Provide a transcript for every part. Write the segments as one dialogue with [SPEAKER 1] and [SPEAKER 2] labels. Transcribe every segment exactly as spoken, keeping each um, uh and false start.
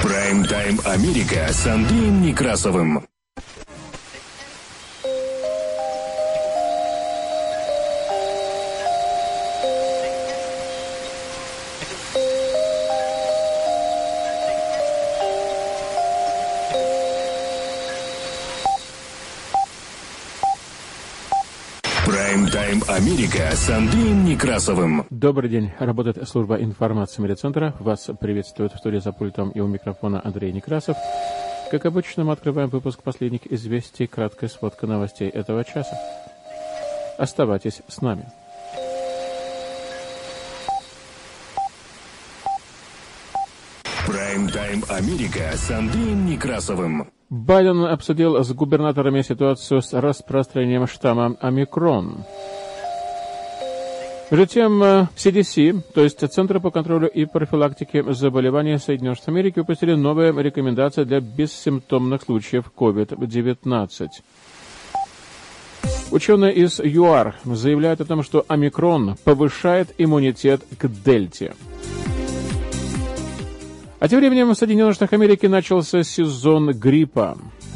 [SPEAKER 1] Прайм-тайм Америка с Андреем Некрасовым. Прайм-тайм Америка с Андреем Некрасовым.
[SPEAKER 2] Добрый день. Работает служба информации медиацентра. Вас приветствует в студии за пультом и у микрофона Андрей Некрасов. Как обычно, мы открываем выпуск последних известий, краткая сводка новостей этого часа. Оставайтесь с нами.
[SPEAKER 1] Прайм-тайм Америка с Андреем Некрасовым.
[SPEAKER 2] Байден обсудил с губернаторами ситуацию с распространением штамма омикрон. Затем си ди си, то есть Центр по контролю и профилактике заболеваний Соединенных Штатов Америки, выпустили новые рекомендации для бессимптомных случаев ковид девятнадцать. Ученые из ЮАР заявляют о том, что омикрон повышает иммунитет к дельте. А тем временем в Соединенных Штатах Америки начался сезон гриппа.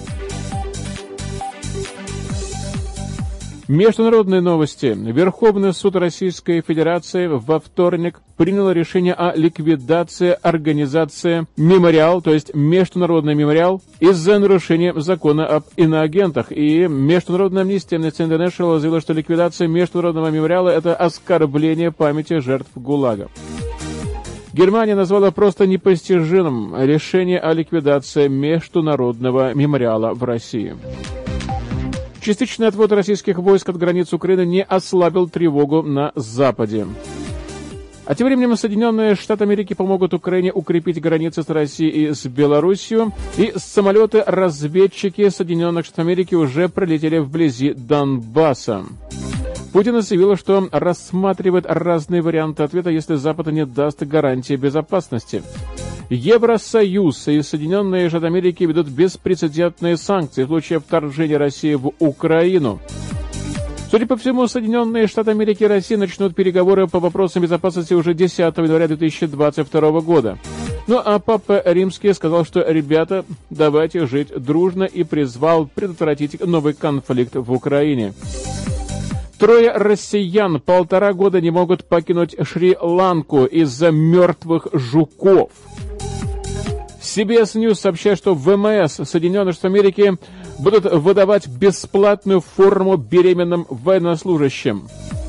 [SPEAKER 2] Международные новости. Верховный суд Российской Федерации во вторник принял решение о ликвидации организации «Мемориал», то есть Международный мемориал, из-за нарушения закона об иноагентах. И Международная амнистия Amnesty International заявила, что ликвидация Международного мемориала – это оскорбление памяти жертв ГУЛАГа. Германия назвала просто непостижимым решение о ликвидации Международного мемориала в России. Частичный отвод российских войск от границ Украины не ослабил тревогу на Западе. А тем временем Соединенные Штаты Америки помогут Украине укрепить границы с Россией и с Белоруссией. И самолеты-разведчики Соединенных Штатов Америки уже пролетели вблизи Донбасса. Путин заявил, что рассматривает разные варианты ответа, если Запад не даст гарантии безопасности. Евросоюз и Соединенные Штаты Америки ведут беспрецедентные санкции в случае вторжения России в Украину. Судя по всему, Соединенные Штаты Америки и Россия начнут переговоры по вопросам безопасности уже десятого января две тысячи двадцать второго года. Ну а Папа Римский сказал, что ребята, давайте жить дружно, и призвал предотвратить новый конфликт в Украине. Трое россиян полтора года не могут покинуть Шри-Ланку из-за мертвых жуков. си би эс News сообщает, что ВМС Соединенных Штатов Америки будут выдавать бесплатную форму беременным военнослужащим.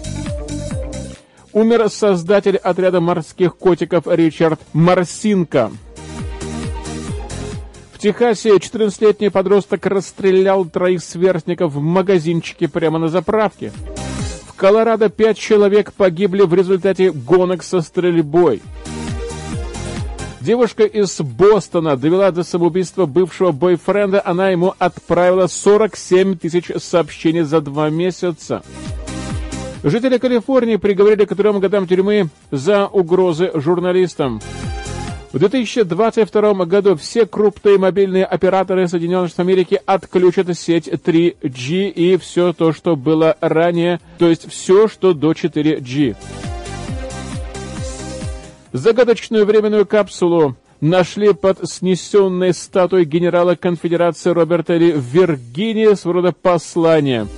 [SPEAKER 2] Умер создатель отряда морских котиков Ричард Марсинко. В Техасе четырнадцатилетний подросток расстрелял троих сверстников в магазинчике прямо на заправке. В Колорадо пять человек погибли в результате гонок со стрельбой. Девушка из Бостона довела до самоубийства бывшего бойфренда. Она ему отправила сорок семь тысяч сообщений за два месяца. Жители Калифорнии приговорили к трем годам тюрьмы за угрозы журналистам. В две тысячи двадцать втором году все крупные мобильные операторы Соединенных Штатов Америки отключат сеть три джи и все то, что было ранее, то есть все, что до четыре джи. Загадочную временную капсулу нашли под снесенной статуей генерала конфедерации Роберта Ли в Виргинии, своего рода послание.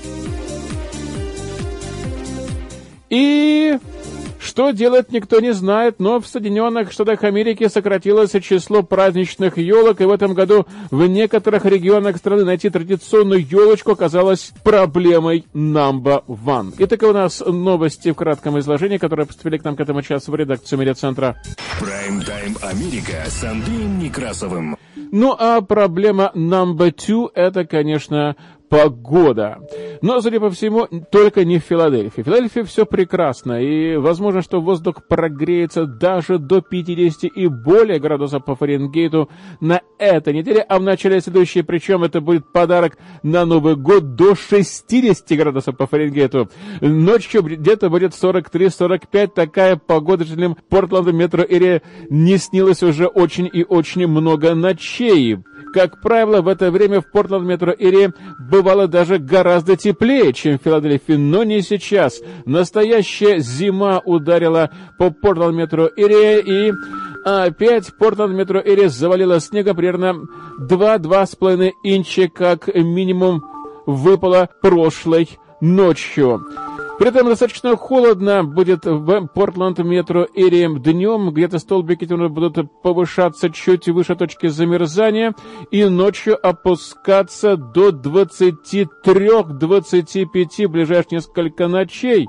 [SPEAKER 2] И что делать, никто не знает, но в Соединенных Штатах Америки сократилось число праздничных елок, и в этом году в некоторых регионах страны найти традиционную елочку оказалось проблемой number one. Итак, у нас новости в кратком изложении, которые поступили к нам к этому часу в редакцию медиацентра.
[SPEAKER 1] Прайм-тайм Америка с Андреем Некрасовым.
[SPEAKER 2] Ну а проблема number two — это, конечно, погода. Но, судя по всему, только не в Филадельфии. В Филадельфии все прекрасно, и возможно, что воздух прогреется даже до пятидесяти и более градусов по Фаренгейту на этой неделе, а в начале следующей, причем это будет подарок на Новый год, до шестидесяти градусов по Фаренгейту. Ночью где-то будет сорок три сорок пять. Такая погода жителям Портленда метро Эри не снилась уже очень и очень много ночей. Как правило, в это время в Портленд метро Эри бывало даже гораздо теплее, чем в Филадельфии, но не сейчас. Настоящая зима ударила по Портленд метро Эри, и А опять Портленд метро Эрия завалило снега, примерно два-два с половиной инча, как минимум, выпало прошлой ночью. При этом достаточно холодно будет в Портленд метро Эрии днем, где-то столбики будут повышаться чуть выше точки замерзания и ночью опускаться до двадцати трёх — двадцати пяти в ближайшие несколько ночей.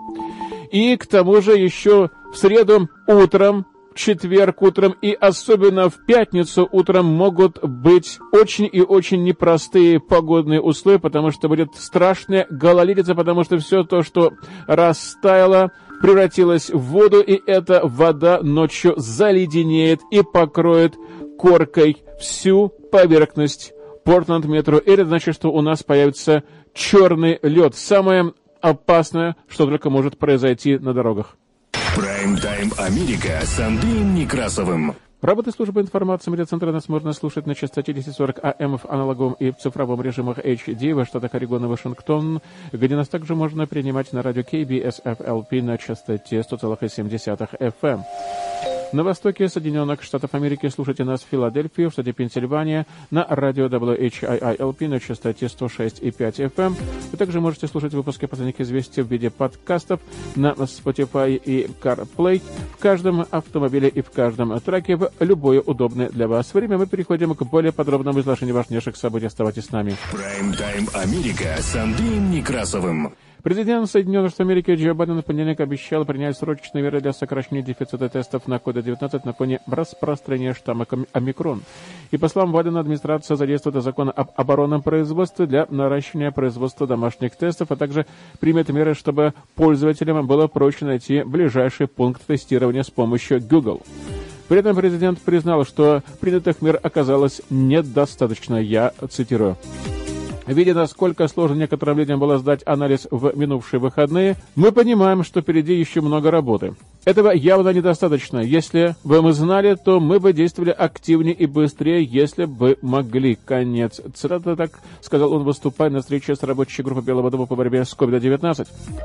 [SPEAKER 2] И к тому же еще в среду утром, в четверг утром и особенно в пятницу утром могут быть очень и очень непростые погодные условия, потому что будет страшная гололедица, потому что все то, что растаяло, превратилось в воду, и эта вода ночью заледенеет и покроет коркой всю поверхность Портленд метро Эрия. Значит, что у нас появится черный лед. Самое опасное, что только может произойти на дорогах.
[SPEAKER 1] Прайм-тайм Америка с Андреем Некрасовым.
[SPEAKER 2] Работы службы информации медиацентра нас можно слушать на частоте десять сорок АМ в аналоговом и в цифровом режимах эйч ди в штатах Орегон и Вашингтон, где нас также можно принимать на радио кей би эс эф эл пи на частоте сто целых семь десятых эф эм. На востоке Соединенных Штатов Америки слушайте нас в Филадельфии, в штате Пенсильвания, на радио дабл ю эйч ай ай эл пи на частоте сто шесть и пять эф эм. Вы также можете слушать выпуски последних известий в виде подкастов на Spotify и CarPlay в каждом автомобиле и в каждом траке в любое удобное для вас время. Мы переходим к более подробному изложению важнейших событий. Оставайтесь с нами.
[SPEAKER 1] Прайм-тайм Америка с Андреем Некрасовым.
[SPEAKER 2] Президент Соединенных Штатов Америки Джо Байден в понедельник обещал принять срочные меры для сокращения дефицита тестов на ковид девятнадцать на фоне распространения штамма омикрон. И по словам Байдена, администрация задействует закон об оборонном производстве для наращивания производства домашних тестов, а также примет меры, чтобы пользователям было проще найти ближайший пункт тестирования с помощью Google. При этом президент признал, что принятых мер оказалось недостаточно. Я цитирую. Видя, насколько сложно некоторым людям было сдать анализ в минувшие выходные, мы понимаем, что впереди еще много работы. Этого явно недостаточно. Если бы мы знали, то мы бы действовали активнее и быстрее, если бы могли. Конец цитаты, так сказал он, выступая на встрече с рабочей группой Белого дома по борьбе с ковид девятнадцать.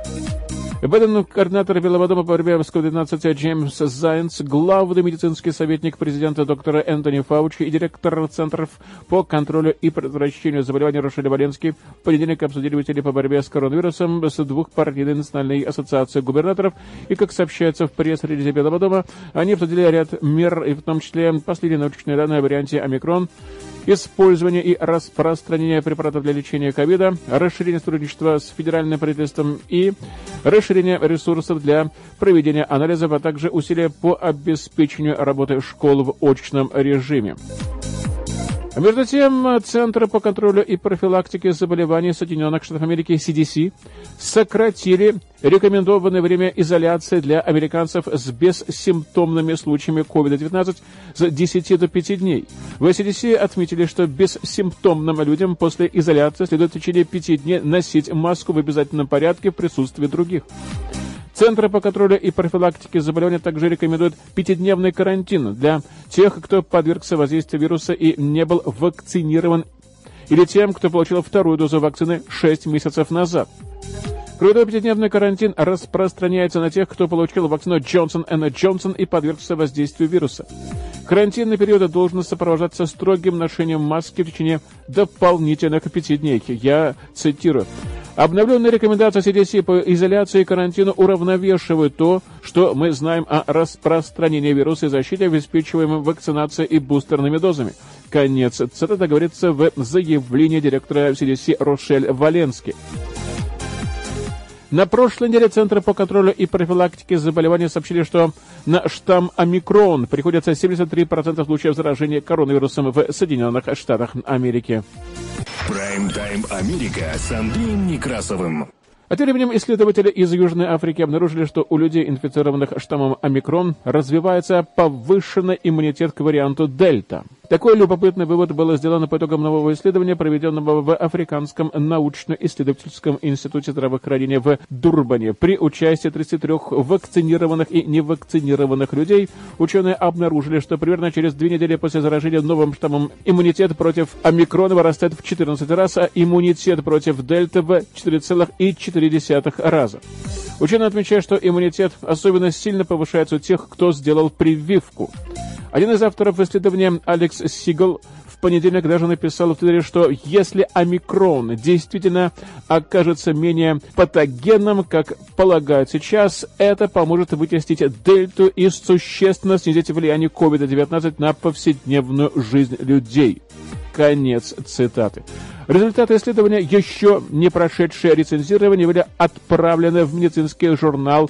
[SPEAKER 2] Байден, координатор Белого дома по борьбе с ковид девятнадцать Джеймс Зайнс, главный медицинский советник президента доктора Энтони Фаучи и директор Центров по контролю и предотвращению заболеваний Рошель Валенский в понедельник обсудили усилия по борьбе с коронавирусом с двухпартийной национальной ассоциацией губернаторов. И, как сообщается в пресс-релизе Белого дома, они обсудили ряд мер, и в том числе последние научные данные о варианте омикрон, использование и распространение препаратов для лечения ковида, расширение сотрудничества с федеральным правительством и расширение ресурсов для проведения анализов, а также усилия по обеспечению работы школ в очном режиме. А между тем, Центр по контролю и профилактике заболеваний Соединенных Штатов Америки си ди си сократили рекомендованное время изоляции для американцев с бессимптомными случаями ковид девятнадцать с десяти до пяти дней. В си ди си отметили, что бессимптомным людям после изоляции следует в течение пяти дней носить маску в обязательном порядке в присутствии других. Центры по контролю и профилактике заболеваний также рекомендуют пятидневный карантин для тех, кто подвергся воздействию вируса и не был вакцинирован, или тем, кто получил вторую дозу вакцины шесть месяцев назад. Кроме того, пятидневный карантин распространяется на тех, кто получил вакцину Джонсон энд Джонсон и подвергся воздействию вируса. Карантинный период должен сопровождаться строгим ношением маски в течение дополнительных пяти дней. Я цитирую. Обновленные рекомендации си ди си по изоляции и карантину уравновешивают то, что мы знаем о распространении вируса и защите, обеспечиваемой вакцинацией и бустерными дозами. Конец цитаты говорится в заявлении директора си ди си Рошель Валенский. На прошлой неделе Центры по контролю и профилактике заболеваний сообщили, что на штамм омикрон приходится семьдесят три процента случаев заражения коронавирусом в Соединенных Штатах Америки.
[SPEAKER 1] Прайм-тайм Америка с Андреем Некрасовым.
[SPEAKER 2] А тем временем исследователи из Южной Африки обнаружили, что у людей, инфицированных штаммом омикрон, развивается повышенный иммунитет к варианту дельта. Такой любопытный вывод был сделан по итогам нового исследования, проведенного в Африканском научно-исследовательском институте здравоохранения в Дурбане. При участии тридцати трёх вакцинированных и невакцинированных людей ученые обнаружили, что примерно через две недели после заражения новым штаммом иммунитет против омикрона вырастает в четырнадцать раз, а иммунитет против дельты в четыре целых четыре десятых раза. Ученые отмечают, что иммунитет особенно сильно повышается у тех, кто сделал прививку. Один из авторов исследования, Алекс Сигал, в понедельник даже написал в Твиттере, что если омикрон действительно окажется менее патогенным, как полагают сейчас, это поможет вытеснить дельту и существенно снизить влияние ковид девятнадцать на повседневную жизнь людей. Конец цитаты. Результаты исследования, еще не прошедшие рецензирование, были отправлены в медицинский журнал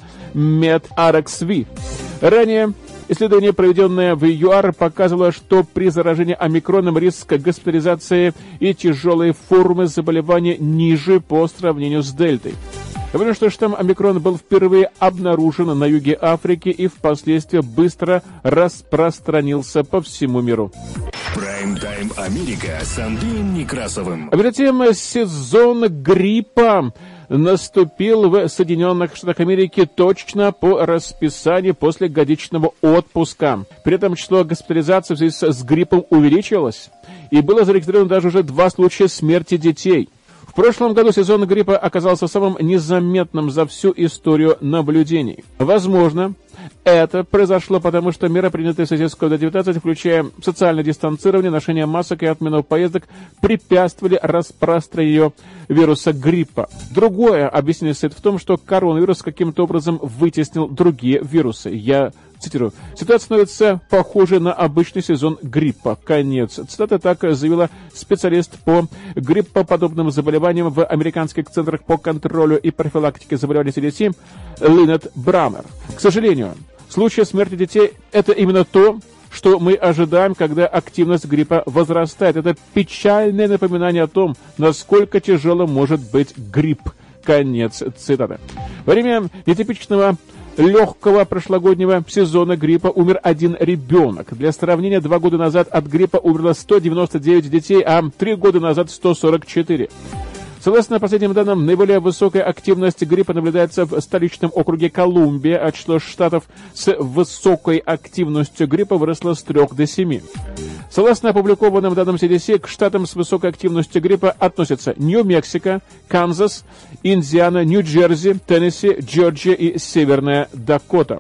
[SPEAKER 2] MedRxiv. Ранее исследование, проведенное в ЮАР, показывало, что при заражении омикроном риск госпитализации и тяжелой формы заболевания ниже по сравнению с дельтой. Говорю, что штамм омикрон был впервые обнаружен на юге Африки и впоследствии быстро распространился по всему миру.
[SPEAKER 1] Прайм-тайм Америка с Андреем Некрасовым.
[SPEAKER 2] А перед тем сезон гриппа наступил в Соединенных Штатах Америки точно по расписанию после годичного отпуска. При этом число госпитализаций в связи с гриппом увеличилось, и было зарегистрировано даже уже два случая смерти детей. В прошлом году сезон гриппа оказался самым незаметным за всю историю наблюдений. Возможно, это произошло потому, что меры, принятые в связи с ковид девятнадцать, включая социальное дистанцирование, ношение масок и отмену поездок, препятствовали распространению вируса гриппа. Другое объяснение состоит в том, что коронавирус каким-то образом вытеснил другие вирусы. Я цитирую. Ситуация становится похожей на обычный сезон гриппа. Конец цитаты. Так заявила специалист по гриппоподобным заболеваниям в американских центрах по контролю и профилактике заболеваний си ди си Линет Брамер. К сожалению, случаи смерти детей – это именно то, что мы ожидаем, когда активность гриппа возрастает. Это печальное напоминание о том, насколько тяжелым может быть грипп. Конец цитаты. Во время нетипичного легкого прошлогоднего сезона гриппа умер один ребенок. Для сравнения, два года назад от гриппа умерло сто девяносто девять детей, а три года назад сто сорок четыре. Согласно последним данным, наиболее высокая активность гриппа наблюдается в столичном округе Колумбия, а число штатов с высокой активностью гриппа выросло с трех до семи. Согласно опубликованным данным си ди си, к штатам с высокой активностью гриппа относятся Нью-Мексико, Канзас, Индиана, Нью-Джерси, Теннесси, Джорджия и Северная Дакота.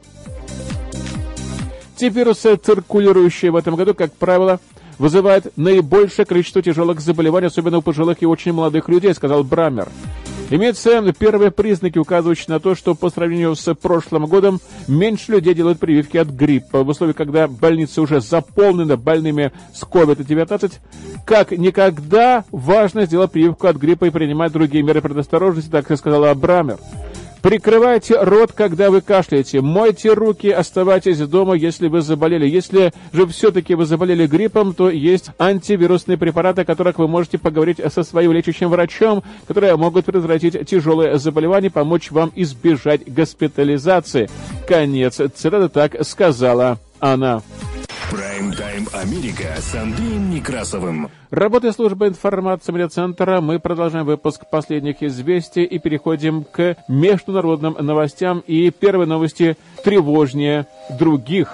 [SPEAKER 2] Те вирусы, циркулирующие в этом году, как правило, вызывают наибольшее количество тяжелых заболеваний, особенно у пожилых и очень молодых людей, сказал Брамер. Имеются первые признаки, указывающие на то, что по сравнению с прошлым годом меньше людей делают прививки от гриппа. В условиях, когда больницы уже заполнены больными с ковид девятнадцать, как никогда важно сделать прививку от гриппа и принимать другие меры предосторожности, так и сказала Брамер. Прикрывайте рот, когда вы кашляете. Мойте руки, оставайтесь дома, если вы заболели. Если же все-таки вы заболели гриппом, то есть антивирусные препараты, о которых вы можете поговорить со своим лечащим врачом, которые могут предотвратить тяжелые заболевания, помочь вам избежать госпитализации. Конец цитаты, так сказала она.
[SPEAKER 1] Прайм-тайм Америка с Андреем Некрасовым.
[SPEAKER 2] Работая служба информации медиацентра, мы продолжаем выпуск последних известий и переходим к международным новостям. И первые новости тревожнее других.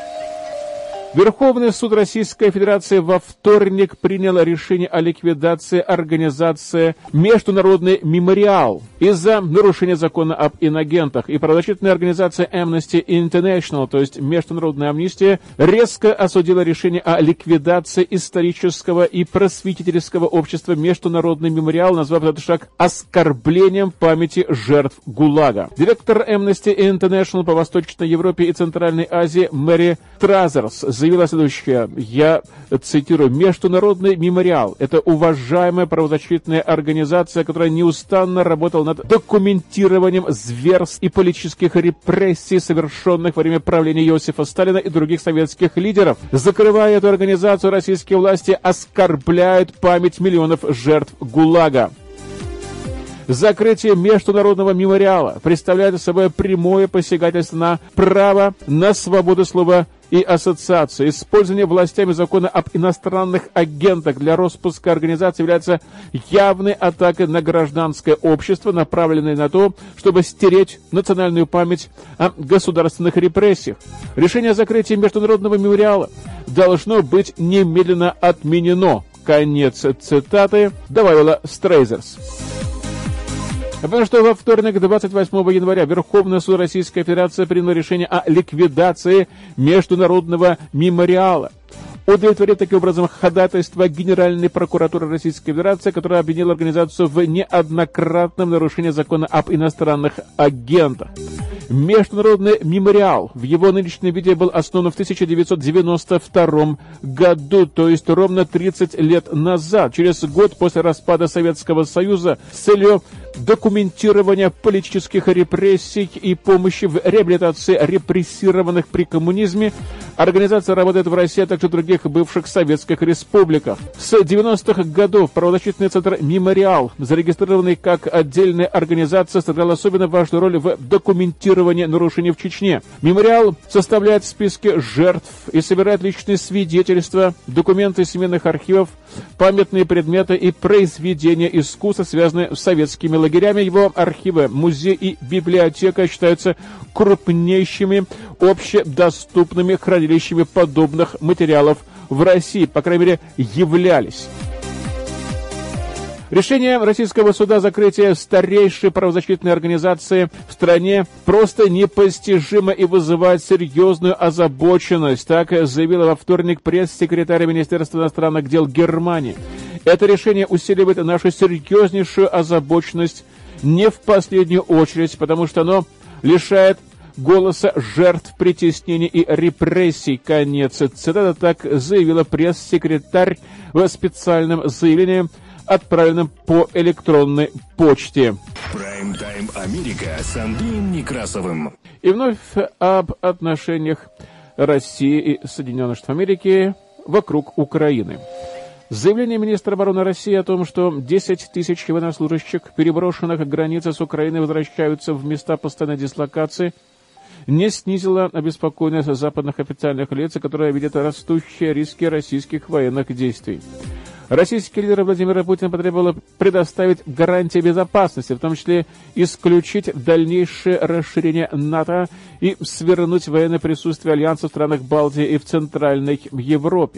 [SPEAKER 2] Верховный суд Российской Федерации во вторник принял решение о ликвидации организации «Международный мемориал» из-за нарушения закона об инагентах. И правозащитная организация Amnesty International, то есть Международная амнистия, резко осудила решение о ликвидации исторического и просветительского общества «Международный мемориал», назвав этот шаг оскорблением памяти жертв ГУЛАГа. Директор Amnesty International по Восточной Европе и Центральной Азии Мэри Тразерс заявила следующее, я цитирую, «Международный мемориал – это уважаемая правозащитная организация, которая неустанно работала над документированием зверств и политических репрессий, совершенных во время правления Иосифа Сталина и других советских лидеров. Закрывая эту организацию, российские власти оскорбляют память миллионов жертв ГУЛАГа». Закрытие Международного мемориала представляет собой прямое посягательство на право на свободу слова и ассоциации. Использование властями закона об иностранных агентах для распуска организации является явной атакой на гражданское общество, направленной на то, чтобы стереть национальную память о государственных репрессиях. Решение о закрытии Международного мемориала должно быть немедленно отменено. Конец цитаты, добавила Стрейзерс. Потому что во вторник, двадцать восьмого января, Верховный суд Российской Федерации принял решение о ликвидации Международного мемориала, удовлетворив таким образом ходатайство Генеральной прокуратуры Российской Федерации, которая обвинила организацию в неоднократном нарушении закона об иностранных агентах. Международный мемориал в его нынешнем виде был основан в тысяча девятьсот девяносто втором году, то есть ровно тридцать лет назад, через год после распада Советского Союза, с целью документирования политических репрессий и помощи в реабилитации репрессированных при коммунизме. Организация работает в России, а также в других бывших советских республиках. С девяностых годов правозащитный центр «Мемориал», зарегистрированный как отдельная организация, сыграл особенно важную роль в документировании нарушений в Чечне. «Мемориал» составляет списки жертв и собирает личные свидетельства, документы семейных архивов, памятные предметы и произведения искусства, связанные с советскими лагерями. Его архивы, музей и библиотека считаются крупнейшими общедоступными хранилищами подобных материалов в России, по крайней мере, являлись. Решение российского суда о закрытии старейшей правозащитной организации в стране просто непостижимо и вызывает серьезную озабоченность, так заявила во вторник пресс-секретарь Министерства иностранных дел Германии. Это решение усиливает нашу серьезнейшую озабоченность не в последнюю очередь, потому что оно лишает голоса жертв притеснений и репрессий. Конец цитаты. Так заявила пресс-секретарь в специальном заявлении, отправленном по электронной почте.
[SPEAKER 1] Прайм-тайм Америка с Андреем Некрасовым.
[SPEAKER 2] И вновь об отношениях России и Соединенных Штатов Америки вокруг Украины. Заявление министра обороны России о том, что десять тысяч военнослужащих, переброшенных к границе с Украиной, возвращаются в места постоянной дислокации, не снизило обеспокоенность западных официальных лиц, которые видят растущие риски российских военных действий. Российский лидер Владимир Путин потребовал предоставить гарантии безопасности, в том числе исключить дальнейшее расширение НАТО и свернуть военное присутствие Альянса в странах Балтии и в Центральной Европе.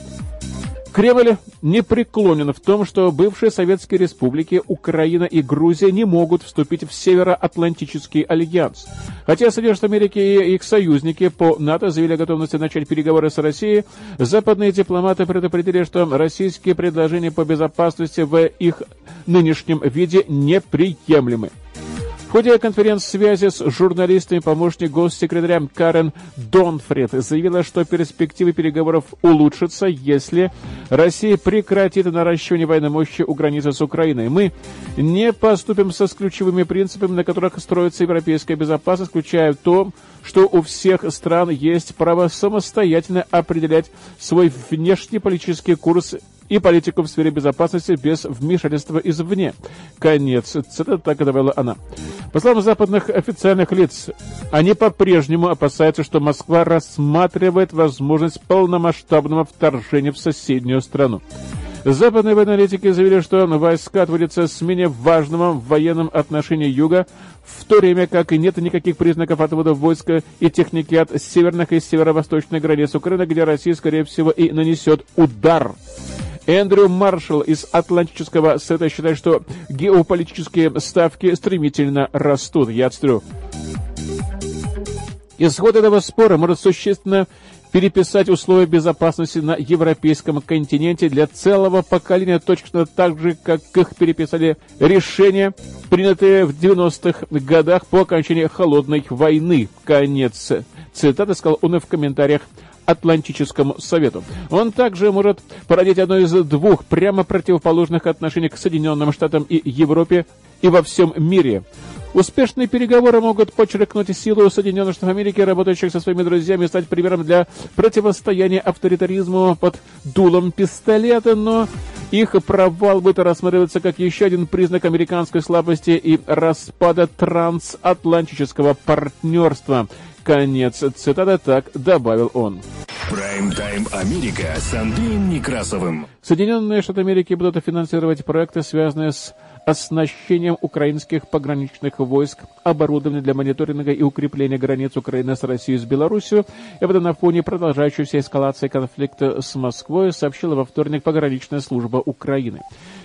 [SPEAKER 2] Кремль непреклонен в том, что бывшие советские республики Украина и Грузия не могут вступить в Североатлантический альянс. Хотя Соединенные Штаты Америки и их союзники по НАТО заявили о готовности начать переговоры с Россией, западные дипломаты предупредили, что российские предложения по безопасности в их нынешнем виде неприемлемы. В ходе конференц-связи с журналистами помощник госсекретаря Карен Донфрид заявила, что перспективы переговоров улучшатся, если Россия прекратит наращивание военной мощи у границы с Украиной. Мы не поступим со с ключевыми принципами, на которых строится европейская безопасность, включая то, что у всех стран есть право самостоятельно определять свой внешнеполитический курс и политику в сфере безопасности без вмешательства извне. Конец цитаты, так и добавила она. По словам западных официальных лиц, они по-прежнему опасаются, что Москва рассматривает возможность полномасштабного вторжения в соседнюю страну. Западные аналитики заявили, что войска отводятся с менее важного в военном отношении юга, в то время как нет никаких признаков отвода войска и техники от северных и северо-восточных границ Украины, где Россия, скорее всего, и нанесет удар. Эндрю Маршалл из Атлантического совета считает, что геополитические ставки стремительно растут. Я цитирую. Исход этого спора может существенно переписать условия безопасности на европейском континенте для целого поколения, точно так же, как их переписали решения, принятые в девяностых годах по окончании Холодной войны. Конец цитаты, сказал он и в комментариях Атлантическому совету. Он также может породить одно из двух прямо противоположных отношений к Соединенным Штатам и Европе и во всем мире. Успешные переговоры могут подчеркнуть силу Соединенных Штатов Америки, работающих со своими друзьями, и стать примером для противостояния авторитаризму под дулом пистолета, но их провал будет рассматриваться как еще один признак американской слабости и распада трансатлантического партнерства. Конец цитаты, так добавил он.
[SPEAKER 1] Прайм-тайм Америка с Андреем Некрасовым.
[SPEAKER 2] Соединенные Штаты Америки будут финансировать проекты, связанные с оснащением украинских пограничных войск, оборудование для мониторинга и укрепления границ Украины с Россией и с Белоруссией. И это на фоне продолжающейся эскалации конфликта с Москвой, сообщила во вторник пограничная служба Украины.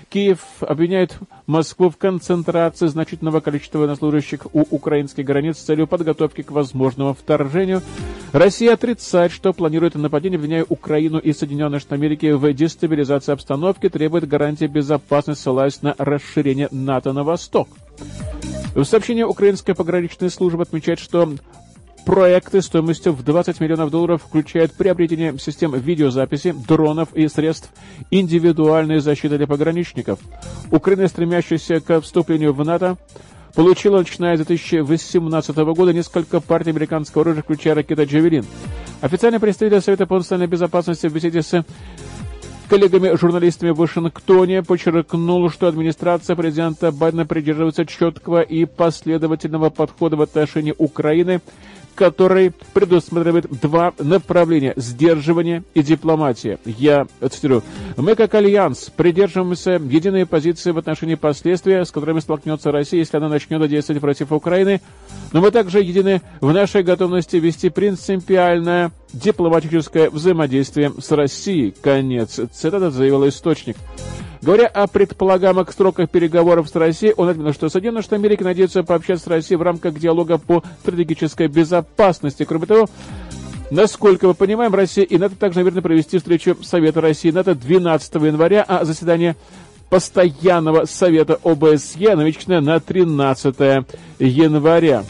[SPEAKER 2] Киев обвиняет Москву в концентрации значительного количества военнослужащих у украинских границ с целью подготовки к возможному вторжению. Россия отрицает, что планирует нападение, обвиняя Украину и Соединенные Штаты Америки в дестабилизации обстановки, требует гарантии безопасности, ссылаясь на расширение НАТО на восток. В сообщении украинской пограничной службы отмечает, что проекты стоимостью в двадцать миллионов долларов включают приобретение систем видеозаписи, дронов и средств индивидуальной защиты для пограничников. Украина, стремящаяся к вступлению в НАТО, получила, начиная с две тысячи восемнадцатого года, несколько партий американского оружия, включая ракеты «Джавелин». Официальный представитель Совета по национальной безопасности в беседе с коллегами-журналистами в Вашингтоне подчеркнул, что администрация президента Байдена придерживается четкого и последовательного подхода в отношении Украины, который предусматривает два направления – сдерживание и дипломатия. Я цитирую. «Мы, как альянс, придерживаемся единой позиции в отношении последствий, с которыми столкнется Россия, если она начнет действовать против Украины, но мы также едины в нашей готовности вести принципиальное дипломатическое взаимодействие с Россией». Конец цитаты, заявил источник. Говоря о предполагаемых сроках переговоров с Россией, он отметил, что Соединенные Штаты Америки надеются пообщаться с Россией в рамках диалога по стратегической безопасности. Кроме того, насколько мы понимаем, Россия и НАТО также намерены провести встречу Совета России и НАТО двенадцатого января, а заседание Постоянного Совета ОБСЕ намечено на тринадцатое января.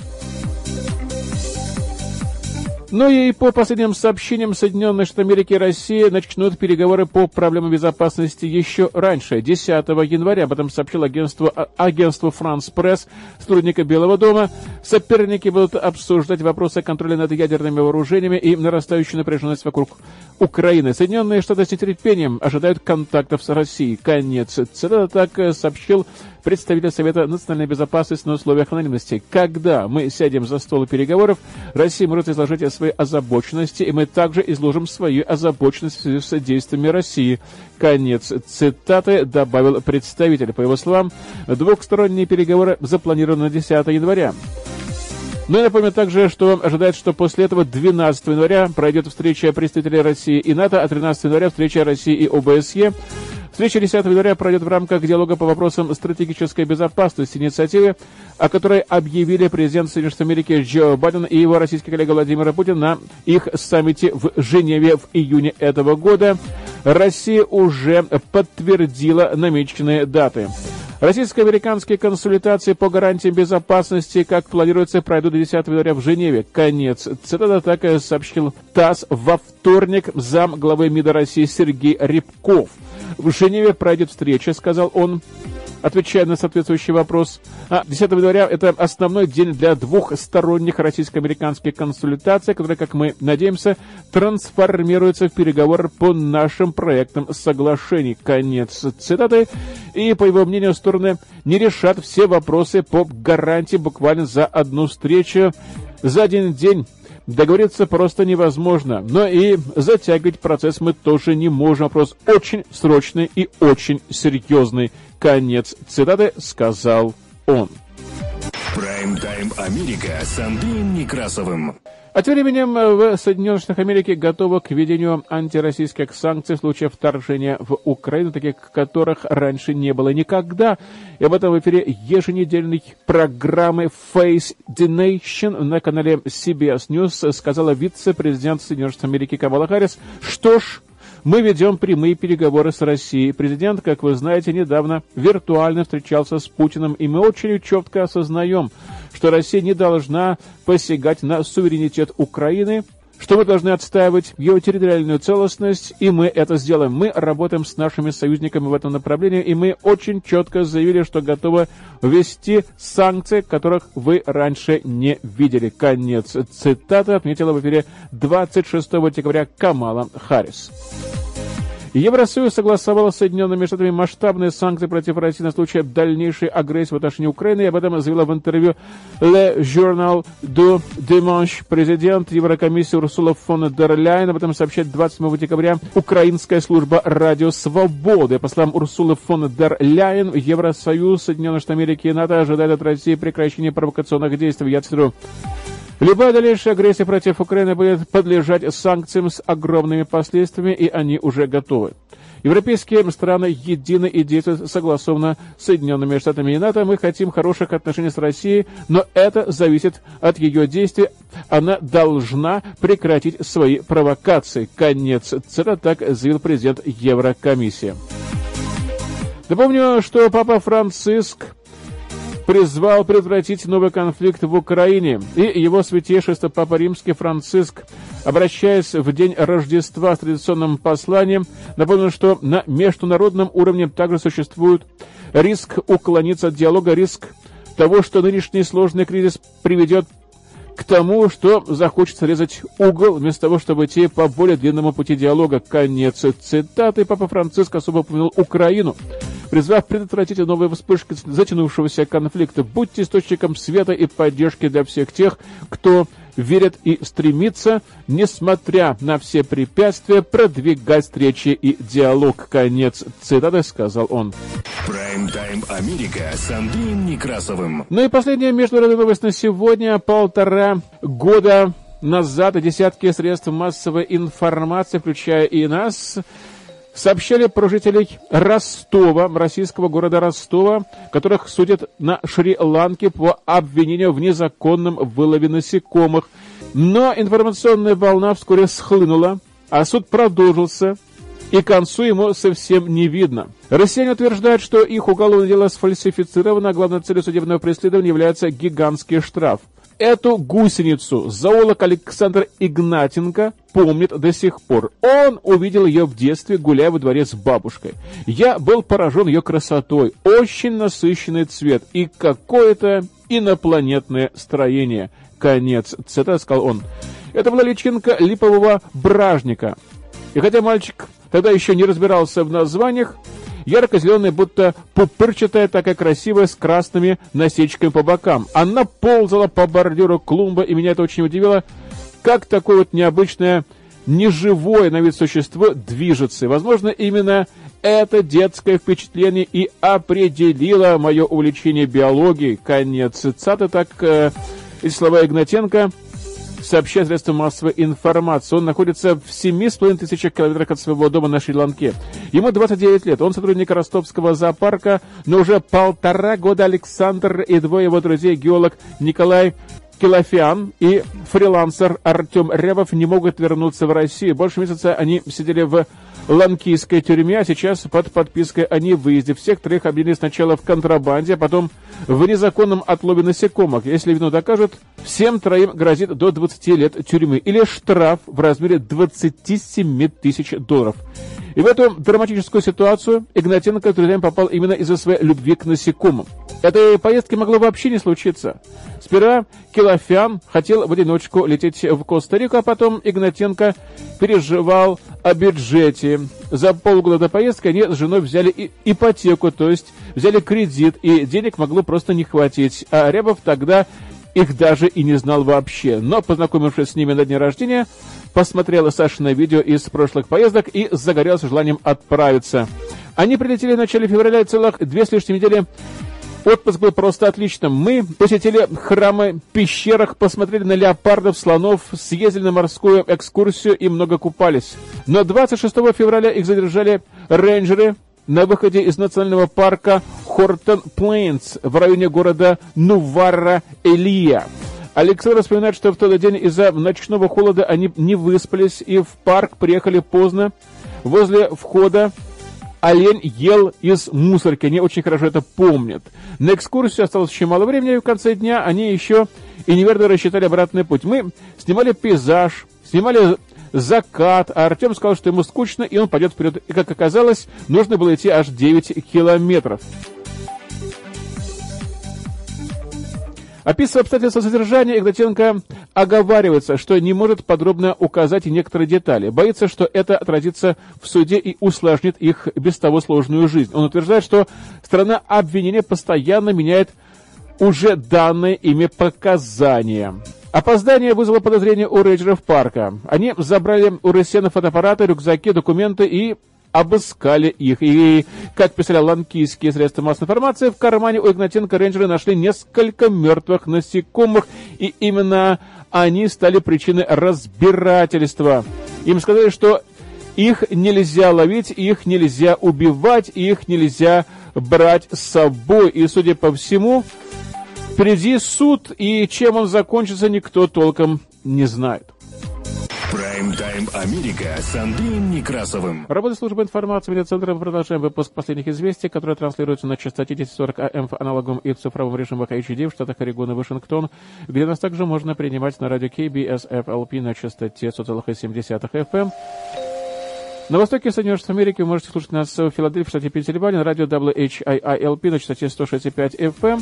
[SPEAKER 2] Ну и по последним сообщениям, Соединенные Штаты Америки и Россия начнут переговоры по проблемам безопасности еще раньше, десятого января. Об этом сообщил агентство, агентство France Press, сотрудника Белого дома. Соперники будут обсуждать вопросы контроля над ядерными вооружениями и нарастающую напряженность вокруг Украины. Соединенные Штаты с нетерпением ожидают контактов с Россией. Конец цитаты. Так сообщил представитель Совета национальной безопасности на условиях анонимности. Когда мы сядем за стол переговоров, Россия может изложить свои озабоченности, и мы также изложим свою озабоченность в связи с действиями России. Конец цитаты, добавил представитель. По его словам, двухсторонние переговоры запланированы на десятого января. Ну и напомню также, что ожидает, что после этого двенадцатого января пройдет встреча представителей России и НАТО, а тринадцатого января встреча России и ОБСЕ. Встреча десятого января пройдет в рамках диалога по вопросам стратегической безопасности, инициативы, о которой объявили президент Соединенных Штатов Америки Джо Байден и его российский коллега Владимир Путин на их саммите в Женеве в июне этого года. Россия уже подтвердила намеченные даты. Российско-американские консультации по гарантиям безопасности, как планируется, пройдут до десятого января в Женеве. Конец цитата, так и сообщил ТАСС во вторник зам главы МИДа России Сергей Рябков. В Женеве пройдет встреча, сказал он, отвечая на соответствующий вопрос. А десятого января это основной день для двухсторонних российско-американских консультаций, которые, как мы надеемся, трансформируются в переговоры по нашим проектам соглашений. Конец цитаты. И, по его мнению, стороны не решат все вопросы по гарантии буквально за одну встречу. За один день договориться просто невозможно, но и затягивать процесс мы тоже не можем. Вопрос очень срочный и очень серьезный. Конец цитаты, сказал он.
[SPEAKER 1] Прайм-тайм Америка с Андреем Некрасовым.
[SPEAKER 2] А тем временем в Соединенных Штатах Америки готовы к введению антироссийских санкций в случае вторжения в Украину, таких которых раньше не было никогда. И об этом в эфире еженедельной программы Face the Nation на канале си би эс News сказала вице-президент Соединенных Штатов Америки Камала Харрис. Что ж, мы ведем прямые переговоры с Россией. Президент, как вы знаете, недавно виртуально встречался с Путиным, и мы очень четко осознаем, что Россия не должна посягать на суверенитет Украины, что мы должны отстаивать ее территориальную целостность, и мы это сделаем. Мы работаем с нашими союзниками в этом направлении, и мы очень четко заявили, что готовы ввести санкции, которых вы раньше не видели. Конец цитаты, отметила в эфире двадцать шестого декабря Камала Харрис. Евросоюз согласовал с Соединенными Штатами масштабные санкции против России на случай дальнейшей агрессии в отношении Украины, и об этом заявила в интервью Le Journal du Dimanche президент Еврокомиссии Урсула фон дер Ляйен. Об этом сообщает двадцать седьмого декабря украинская служба «Радио Свободы». По словам Урсулы фон дер Ляйен, Евросоюз, Соединенные Штаты Америки и НАТО ожидают от России прекращения провокационных действий. Я цитирую. Любая дальнейшая агрессия против Украины будет подлежать санкциям с огромными последствиями, и они уже готовы. Европейские страны едины и действуют согласованно с Соединенными Штатами и НАТО. Мы хотим хороших отношений с Россией, но это зависит от ее действий. Она должна прекратить свои провокации. Конец цитаты, так заявил президент Еврокомиссии. Напомню, что Папа Франциск призвал предотвратить новый конфликт в Украине, и его святейшество Папа Римский Франциск, обращаясь в день Рождества с традиционным посланием, напомнил, что на международном уровне также существует риск уклониться от диалога, риск того, что нынешний сложный кризис приведет к тому, что захочется резать угол, вместо того, чтобы идти по более длинному пути диалога. Конец цитаты. Папа Франциск особо упомянул Украину, призвав предотвратить новые вспышки затянувшегося конфликта. Будьте источником света и поддержки для всех тех, кто верит и стремится, несмотря на все препятствия, продвигать встречи и диалог. Конец цитаты, сказал он.
[SPEAKER 1] Прайм-тайм Америка с Андреем Некрасовым.
[SPEAKER 2] Ну и последняя международная новость на сегодня. Полтора года назад десятки средств массовой информации, включая и нас, сообщали про жителей Ростова, российского города Ростова, которых судят на Шри-Ланке по обвинению в незаконном вылове насекомых. Но информационная волна вскоре схлынула, а суд продолжился, и к концу ему совсем не видно. Россияне утверждают, что их уголовное дело сфальсифицировано, а главной целью судебного преследования является гигантский штраф. Эту гусеницу зоолог Александр Игнатенко помнит до сих пор. Он увидел ее в детстве, гуляя во дворе с бабушкой. Я был поражен ее красотой, очень насыщенный цвет и какое-то инопланетное строение. Конец цитаты, сказал он. Это была личинка липового бражника. И хотя мальчик тогда еще не разбирался в названиях, ярко-зеленая, будто пупырчатая, такая красивая, с красными насечками по бокам. Она ползала по бордюру клумбы, и меня это очень удивило, как такое вот необычное, неживое на вид существо движется. И, возможно, именно это детское впечатление и определило мое увлечение биологией. Конец цитаты, так э, эти слова Игнатенко сообщает средства массовой информации. Он находится в семи с половиной тысячах километрах от своего дома на Шри-Ланке. Ему двадцать девять лет. Он сотрудник Ростовского зоопарка, но уже полтора года Александр и двое его друзей, геолог Николай Килофян и фрилансер Артем Рябов, не могут вернуться в Россию. Больше месяца они сидели в ланкийской тюрьме, а сейчас под подпиской о невыезде. Всех троих обвинили сначала в контрабанде, а потом в незаконном отлове насекомых. Если вину докажут, всем троим грозит до двадцати лет тюрьмы или штраф в размере двадцати семи тысяч долларов. И в эту драматическую ситуацию Игнатенко друзьям попал именно из-за своей любви к насекомым. Этой поездки могло вообще не случиться. Сперва Килофян хотел в одиночку лететь в Коста-Рику, а потом Игнатенко переживал о бюджете. За полгода до поездки они с женой взяли ипотеку, то есть взяли кредит, и денег могло просто не хватить. А Рябов тогда их даже и не знал вообще. Но, познакомившись с ними на дне рождения, посмотрела Сашина видео из прошлых поездок и загорелся желанием отправиться. Они прилетели в начале февраля, и целых две с лишним недели. Отпуск был просто отличным. Мы посетили храмы, пещерах, посмотрели на леопардов, слонов, съездили на морскую экскурсию и много купались. Но двадцать шестого февраля их задержали рейнджеры на выходе из национального парка Хортон Плейнс в районе города Нувара-Элия. Александр вспоминает, что в тот день из-за ночного холода они не выспались и в парк приехали поздно. Возле входа олень ел из мусорки, они очень хорошо это помнят. На экскурсию осталось еще мало времени, и в конце дня они еще и неверно рассчитали обратный путь. Мы снимали пейзаж, снимали закат, а Артем сказал, что ему скучно, и он пойдет вперед. И, как оказалось, нужно было идти аж девять километров. Описывая обстоятельства содержания, Игнатенко оговаривается, что не может подробно указать некоторые детали. Боится, что это отразится в суде и усложнит их без того сложную жизнь. Он утверждает, что сторона обвинения постоянно меняет уже данные ими показания. Опоздание вызвало подозрение у рейнджеров парка. Они забрали у россиян фотоаппараты, рюкзаки, документы и обыскали их. И, как писали ланкийские средства массовой информации, в кармане у Игнатенко рейнджеры нашли несколько мертвых насекомых, и именно они стали причиной разбирательства. Им сказали, что Их нельзя ловить, их нельзя убивать, их нельзя брать с собой. И, судя по всему, впереди суд, и чем он закончится, никто толком не знает.
[SPEAKER 1] Прайм-тайм Америка с Андреем Некрасовым.
[SPEAKER 2] Работа службы информации медиацентра. Мы продолжаем выпуск последних известий, которые транслируются на частоте десять сорок АМ в аналоговом и цифровом режимах эйч ди в штатах Орегон и Вашингтон, где нас также можно принимать на радио кей би эс эф эл пи на частоте сто целых семь десятых эф эм. На востоке Соединенных Штатов Америки вы можете слушать нас в Филадельфии, в штате Пенсильвания, на радио дабл ю эйч ай ай эл пи на частоте сто шестьдесят пять эф эм.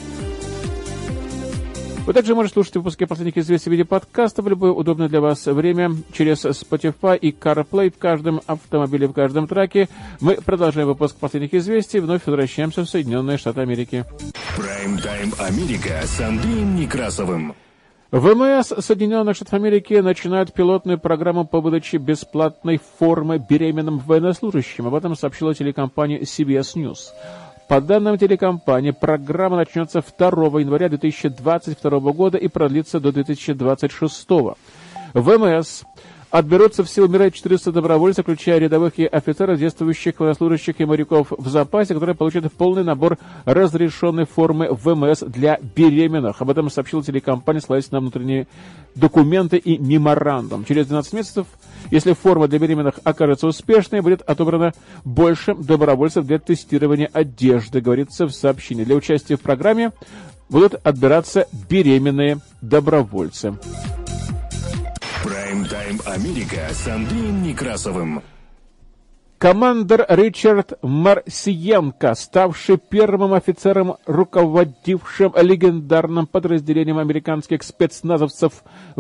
[SPEAKER 2] Вы также можете слушать выпуски последних известий в виде подкаста в любое удобное для вас время через Spotify и CarPlay в каждом автомобиле, в каждом траке. Мы продолжаем выпуск последних известий, вновь возвращаемся в Соединенные Штаты Америки.
[SPEAKER 1] Прайм-тайм Америка с Андреем Некрасовым.
[SPEAKER 2] ВМС Соединенных Штатов Америки начинают пилотную программу по выдаче бесплатной формы беременным военнослужащим. Об этом сообщила телекомпания си би эс News. По данным телекомпании, программа начнется второго января две тысячи двадцать второго года и продлится до две тысячи двадцать шестого. ВМС отберутся в силу мира четыреста добровольцев, включая рядовых и офицеров, действующих военнослужащих и моряков в запасе, которые получат полный набор разрешенной формы ВМС для беременных. Об этом сообщила телекомпания, ссылаясь на внутренние документы и меморандум. Через двенадцать месяцев, если форма для беременных окажется успешной, будет отобрано больше добровольцев для тестирования одежды, говорится в сообщении. Для участия в программе будут отбираться беременные добровольцы.
[SPEAKER 1] Прайм-тайм Америка с Андреем Некрасовым.
[SPEAKER 2] Командор Ричард Марсиенко, ставший первым офицером, руководившим легендарным подразделением американских спецназовцев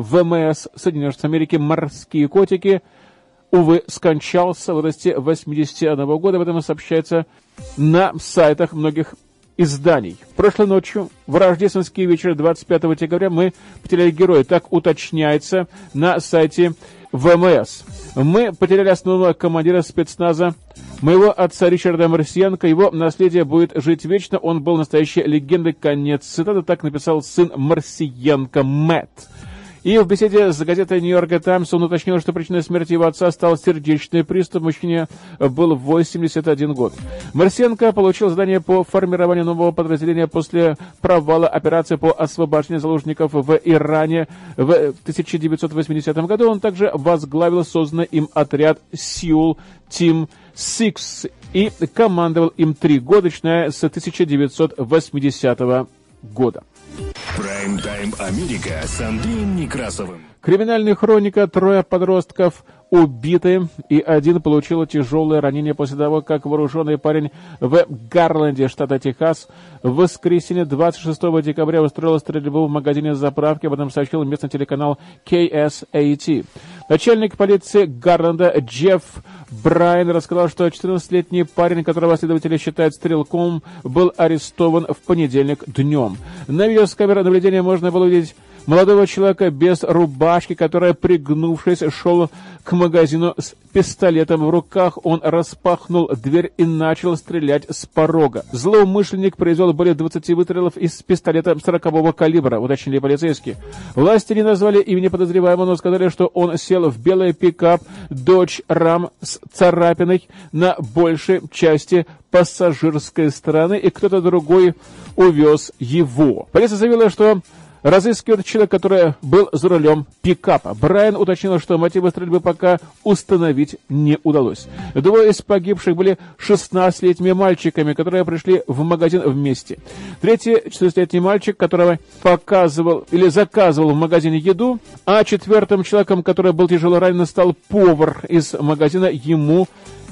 [SPEAKER 2] ВМС Соединенных Штатов Америки «Морские котики», увы, скончался в возрасте восьмидесяти одного года. Об этом сообщается на сайтах многих изданий. Прошлой ночью, в рождественский вечер двадцать пятого декабря, мы потеряли героя. Так уточняется на сайте ВМС. Мы потеряли основного командира спецназа, моего отца Ричарда Марсиенко. Его наследие будет жить вечно. Он был настоящей легендой. Конец цитаты. Так написал сын Марсиенко Мэтт. И в беседе с газетой «Нью-Йорк Таймс» он уточнил, что причиной смерти его отца стал сердечный приступ. Мужчине был восемьдесят один год. Марсиенко получил задание по формированию нового подразделения после провала операции по освобождению заложников в Иране в тысяча девятьсот восьмидесятом году. Он также возглавил созданный им отряд «Сеул Тим шесть» и командовал им три года, начиная с тысяча девятьсот восьмидесятого года.
[SPEAKER 1] Прайм-тайм Америка с Андреем Некрасовым.
[SPEAKER 2] Криминальная хроника. Трое подростков убиты, и один получил тяжелое ранение после того, как вооруженный парень в Гарленде, штата Техас, в воскресенье двадцать шестого декабря устроил стрельбу в магазине заправки. Об этом сообщил местный телеканал кей эс эй ти. Начальник полиции Гарленда Джефф Брайан рассказал, что четырнадцатилетний парень, которого следователи считают стрелком, был арестован в понедельник днем. На видео с камеры наблюдения можно было увидеть молодого человека без рубашки, который, пригнувшись, шел к магазину с пистолетом в руках. Он распахнул дверь и начал стрелять с порога. Злоумышленник произвел более двадцати выстрелов из пистолета сорокового калибра, уточнили полицейские. Власти не назвали имени подозреваемого, но сказали, что он сел в белый пикап Dodge Ram с царапиной на большей части пассажирской стороны, и кто-то другой увез его. Полиция заявила, что разыскивает человека, который был за рулем пикапа. Брайан уточнил, что мотивы стрельбы пока установить не удалось. Двое из погибших были шестнадцатилетними мальчиками, которые пришли в магазин вместе. Третий четырнадцатилетний мальчик, которого показывал или заказывал в магазине еду, а четвертым человеком, который был тяжело ранен, стал повар из магазина. Ему,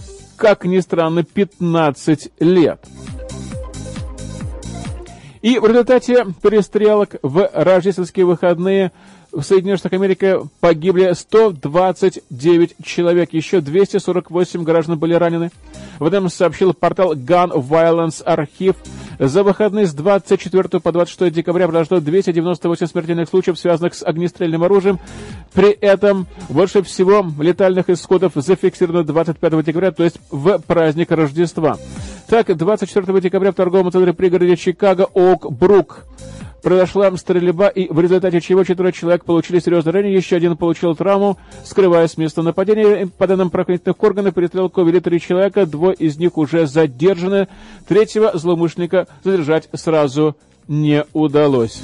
[SPEAKER 2] как ни странно, пятнадцать лет. И в результате перестрелок в рождественские выходные в Соединенных Штатах Америки погибли сто двадцать девять человек. Еще двести сорок восемь граждан были ранены. В этом сообщил портал Gun Violence Archive. За выходные с двадцать четвёртого по двадцать шестое декабря произошло двести девяносто восемь смертельных случаев, связанных с огнестрельным оружием. При этом больше всего летальных исходов зафиксировано двадцать пятого декабря, то есть в праздник Рождества. Так, двадцать четвёртого декабря в торговом центре пригороде Чикаго Оук-Брук произошла стрельба, и в результате чего четверо человек получили серьезные ранения, еще один получил травму, скрываясь с места нападения. По данным правоохранительных органов, перестрелку вели три человека, двое из них уже задержаны. Третьего злоумышленника задержать сразу не удалось.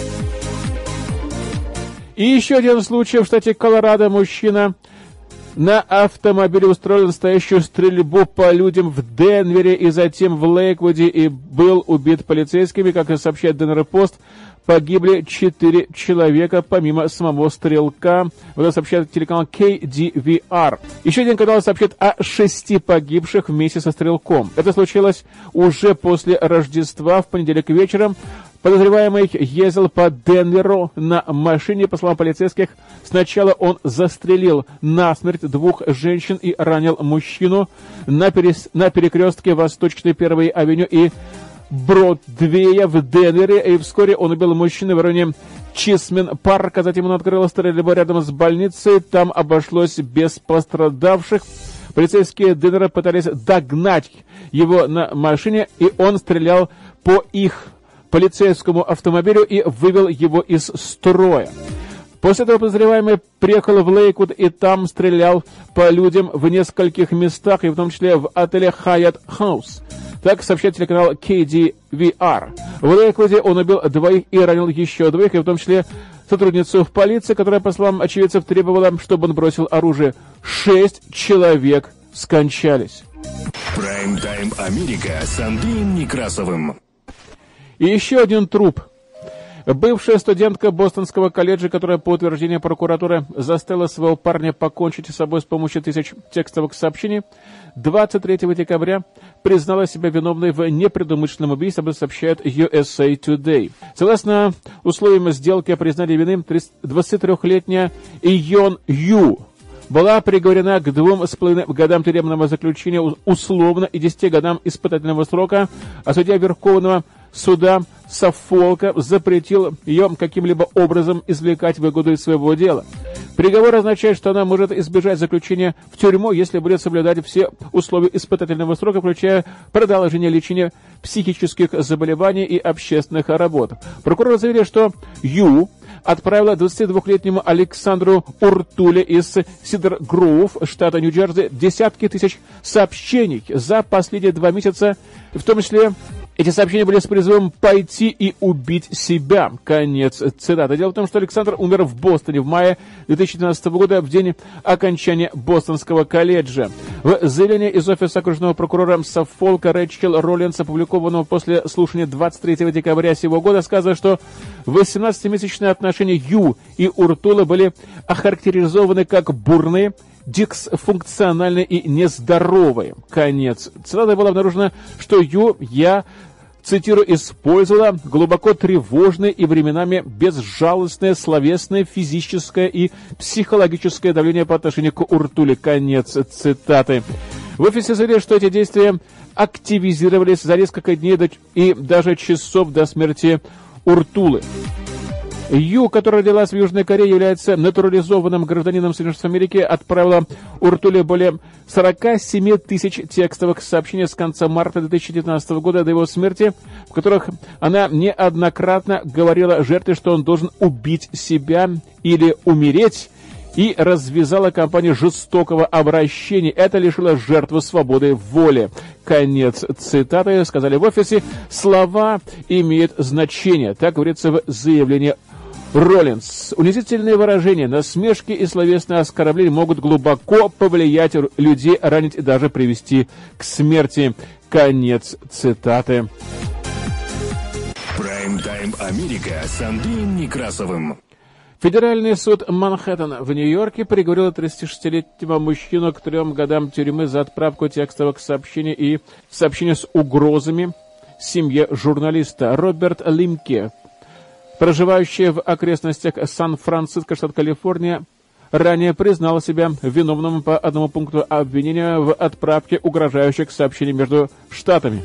[SPEAKER 2] И еще один случай в штате Колорадо. Мужчина на автомобиле устроил настоящую стрельбу по людям в Денвере и затем в Лейквуде и был убит полицейскими. Как и сообщает Денвер Пост, погибли четыре человека, помимо самого стрелка. Вот это сообщает телеканал кей ди ви ар. Еще один канал сообщает о шести погибших вместе со стрелком. Это случилось уже после Рождества, в понедельник вечером. Подозреваемый ездил по Денверу на машине. По словам полицейских, сначала он застрелил насмерть двух женщин и ранил мужчину на, перес... на перекрестке Восточной первой авеню и Бродвея в Денвере. И вскоре он убил мужчину в районе Чисмен-парка. Затем он открыл стрельбу рядом с больницей. Там обошлось без пострадавших. Полицейские Денвера пытались догнать его на машине, и он стрелял по их полицейскому автомобилю и вывел его из строя. После этого подозреваемый приехал в Лейквуд и там стрелял по людям в нескольких местах, и в том числе в отеле Hyatt House. Так сообщает телеканал кей ди ви ар. В Лейквуде он убил двоих и ранил еще двоих, и в том числе сотрудницу в полиции, которая, по словам очевидцев, требовала, чтобы он бросил оружие. Шесть человек скончались.
[SPEAKER 1] Прайм-тайм Америка с Андреем Некрасовым.
[SPEAKER 2] И еще один труп. Бывшая студентка Бостонского колледжа, которая, по утверждению прокуратуры, заставила своего парня покончить с собой с помощью тысяч текстовых сообщений, двадцать третьего декабря признала себя виновной в непредумышленном убийстве, об этом сообщает ю эс эй Today. Согласно условиям сделки о признании вины, двадцатитрёхлетняя Ион Ю была приговорена к двум с половиной годам тюремного заключения условно и десяти годам испытательного срока, а судья Верховного суда Саффолка запретил ее каким-либо образом извлекать выгоду из своего дела. Приговор означает, что она может избежать заключения в тюрьму, если будет соблюдать все условия испытательного срока, включая продолжение лечения психических заболеваний и общественных работ. Прокурор заявил, что Ю отправила двадцатидвухлетнему Александру Уртуле из Сидер-Гроув, штата Нью-Джерси, десятки тысяч сообщений за последние два месяца, в том числе эти сообщения были с призывом пойти и убить себя. Конец цитаты. Дело в том, что Александр умер в Бостоне в мае две тысячи двенадцатого года, в день окончания Бостонского колледжа. В заявлении из офиса окружного прокурора Саффолка Рэйчел Роллинс, опубликованного после слушания двадцать третьего декабря сего года, сказано, что восемнадцатимесячные отношения Ю и Уртула были охарактеризованы как бурные, дисфункциональные и нездоровые. Конец цитаты. Было обнаружено, что Ю, я цитирую, использовала глубоко тревожное и временами безжалостное словесное, физическое и психологическое давление по отношению к Уртуле. Конец цитаты. В офисе заявили, что эти действия активизировались за несколько дней до, и даже часов до смерти Уртулы. Ю, которая родилась в Южной Корее, является натурализованным гражданином Соединенных Штатов Америки, отправила Уртуле более сорока семи тысяч текстовых сообщений с конца марта две тысячи девятнадцатого года до его смерти, в которых она неоднократно говорила жертве, что он должен убить себя или умереть, и развязала кампанию жестокого обращения. Это лишило жертву свободы воли. Конец цитаты. Сказали в офисе. Слова имеют значение. Так говорится в заявлении Роллинс. Унизительные выражения, насмешки и словесные оскорбления могут глубоко повлиять людей, ранить и даже привести к смерти. Конец цитаты.
[SPEAKER 1] Прайм-тайм Америка с Андреем Некрасовым.
[SPEAKER 2] Федеральный суд Манхэттена в Нью-Йорке приговорил тридцатишестилетнего мужчину к трем годам тюрьмы за отправку текстовых сообщений и сообщения с угрозами семье журналиста. Роберт Лимке, проживающий в окрестностях Сан-Франциско, штат Калифорния, ранее признал себя виновным по одному пункту обвинения в отправке угрожающих сообщений между штатами.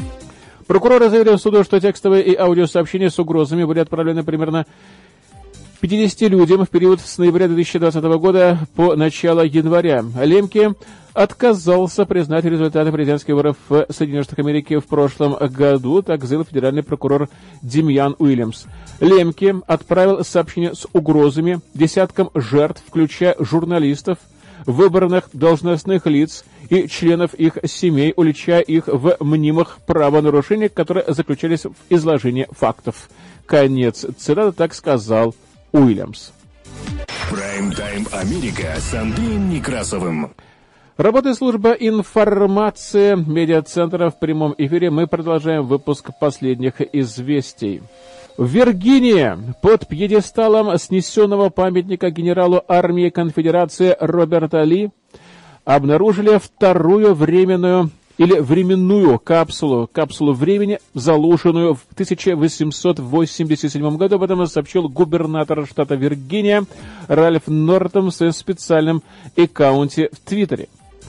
[SPEAKER 2] Прокурор заявил суду, что текстовые и аудиосообщения с угрозами были отправлены примерно пятидесяти людям в период с ноября две тысячи двадцатого года по начало января. Лемке отказался признать результаты президентских выборов в Соединенных Штатах Америки в прошлом году, так заявил федеральный прокурор Демьян Уильямс. Лемке отправил сообщение с угрозами десяткам жертв, включая журналистов, выборных должностных лиц и членов их семей, уличая их в мнимых правонарушениях, которые заключались в изложении фактов. Конец цитаты, так сказал Уильямс.
[SPEAKER 1] Прайм-тайм Америка с Андреем Некрасовым.
[SPEAKER 2] Работает служба информации медиацентра в прямом эфире. Мы продолжаем выпуск последних известий. В Виргинии под пьедесталом снесенного памятника генералу армии конфедерации Роберта Ли обнаружили вторую временную или временную капсулу, капсулу времени, заложенную в тысяча восемьсот восемьдесят седьмом году. Об этом сообщил губернатор штата Виргиния Ральф Нортон в своем специальном аккаунте в Твиттере.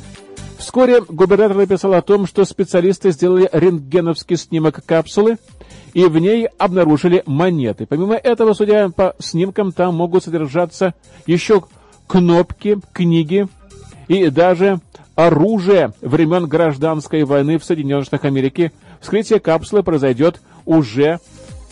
[SPEAKER 2] Вскоре губернатор написал о том, что специалисты сделали рентгеновский снимок капсулы, и в ней обнаружили монеты. Помимо этого, судя по снимкам, там могут содержаться еще кнопки, книги и даже оружие времен гражданской войны в Соединенных Штатах Америки. Вскрытие капсулы произойдет уже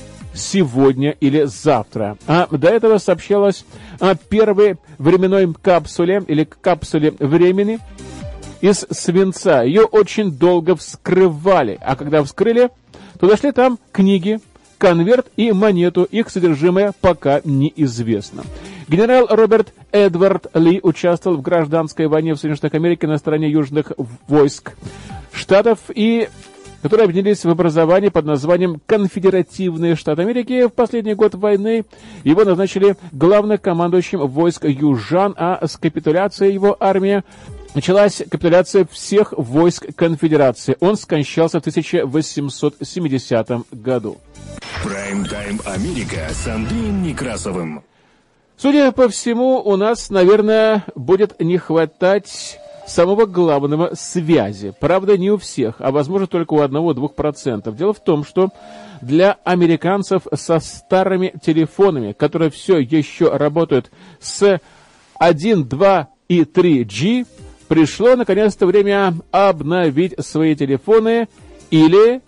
[SPEAKER 2] сегодня или завтра. А до этого сообщалось о первой временной капсуле или капсуле времени из свинца. Ее очень долго вскрывали, а когда вскрыли, то нашли там книги, конверт и монету. Их содержимое пока неизвестно. Генерал Роберт Эдвард Ли участвовал в гражданской войне в Соединенных Штатах Америки на стороне южных войск штатов, и которые объединились в образовании под названием Конфедеративные Штаты Америки. В последний год войны его назначили главнокомандующим войск южан, а с капитуляцией его армии началась капитуляция всех войск конфедерации. Он скончался в тысяча восемьсот семидесятом году.
[SPEAKER 1] Прайм-тайм Америка с Андреем Некрасовым.
[SPEAKER 2] Судя по всему, у нас, наверное, будет не хватать самого главного — связи. Правда, не у всех, а, возможно, только у одного-двух процентов. Дело в том, что для американцев со старыми телефонами, которые все еще работают с один, два и три джи, пришло, наконец-то, время обновить свои телефоны или...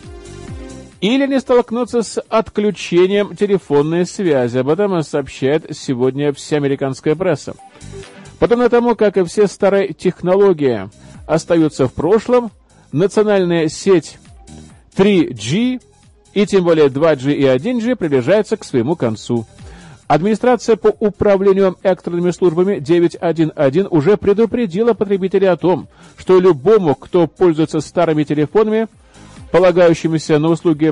[SPEAKER 2] или не столкнуться с отключением телефонной связи. Об этом сообщает сегодня вся американская пресса. Подобно тому, как и все старые технологии остаются в прошлом, национальная сеть три джи и тем более два джи и один джи приближается к своему концу. Администрация по управлению экстренными службами девятьсот одиннадцать уже предупредила потребителей о том, что любому, кто пользуется старыми телефонами, полагающимися на услуги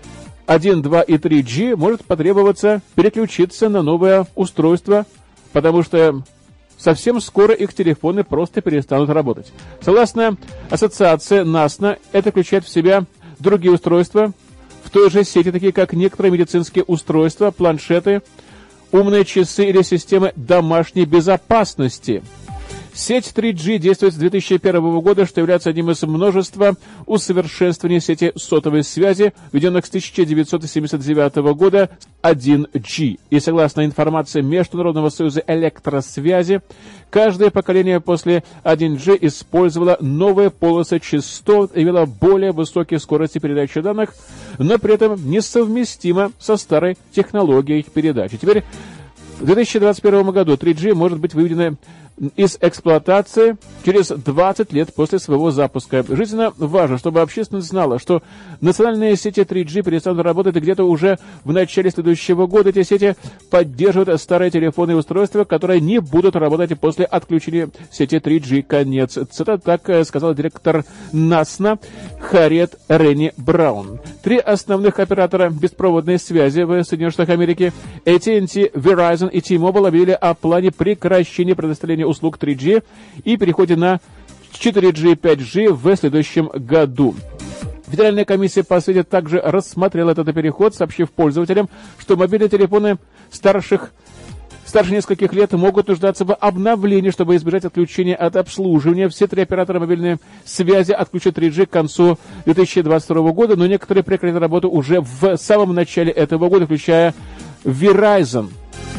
[SPEAKER 2] один, два и три джи, может потребоваться переключиться на новое устройство, потому что совсем скоро их телефоны просто перестанут работать. Согласно ассоциации насно, это включает в себя другие устройства в той же сети, такие как некоторые медицинские устройства, планшеты, умные часы или системы домашней безопасности. Сеть три джи действует с две тысячи первого года, что является одним из множества усовершенствований сети сотовой связи, введенных с тысяча девятьсот семьдесят девятого года один джи. И согласно информации Международного союза электросвязи, каждое поколение после один джи использовало новые полосы частот и имело более высокие скорости передачи данных, но при этом несовместимо со старой технологией передачи. Теперь в две тысячи двадцать первом году три джи может быть выведено из эксплуатации через двадцать лет после своего запуска. Жизненно важно, чтобы общественность знала, что национальные сети три джи перестанут работать где-то уже в начале следующего года. Эти сети поддерживают старые телефонные устройства, которые не будут работать после отключения сети три джи. Конец цитаты. Так сказал директор насно Харриет Ренни Браун. Три основных оператора беспроводной связи в Соединенных Штатах Америки эй ти энд ти, Verizon и T-Mobile объявили о плане прекращения предоставления услуг три джи и переходе на четыре джи и пять джи в следующем году. Федеральная комиссия по связи также рассмотрела этот переход, сообщив пользователям, что мобильные телефоны старших, старше нескольких лет могут нуждаться в обновлении, чтобы избежать отключения от обслуживания. Все три оператора мобильной связи отключат три джи к концу две тысячи двадцать второго года, но некоторые прекратят работу уже в самом начале этого года, включая Verizon.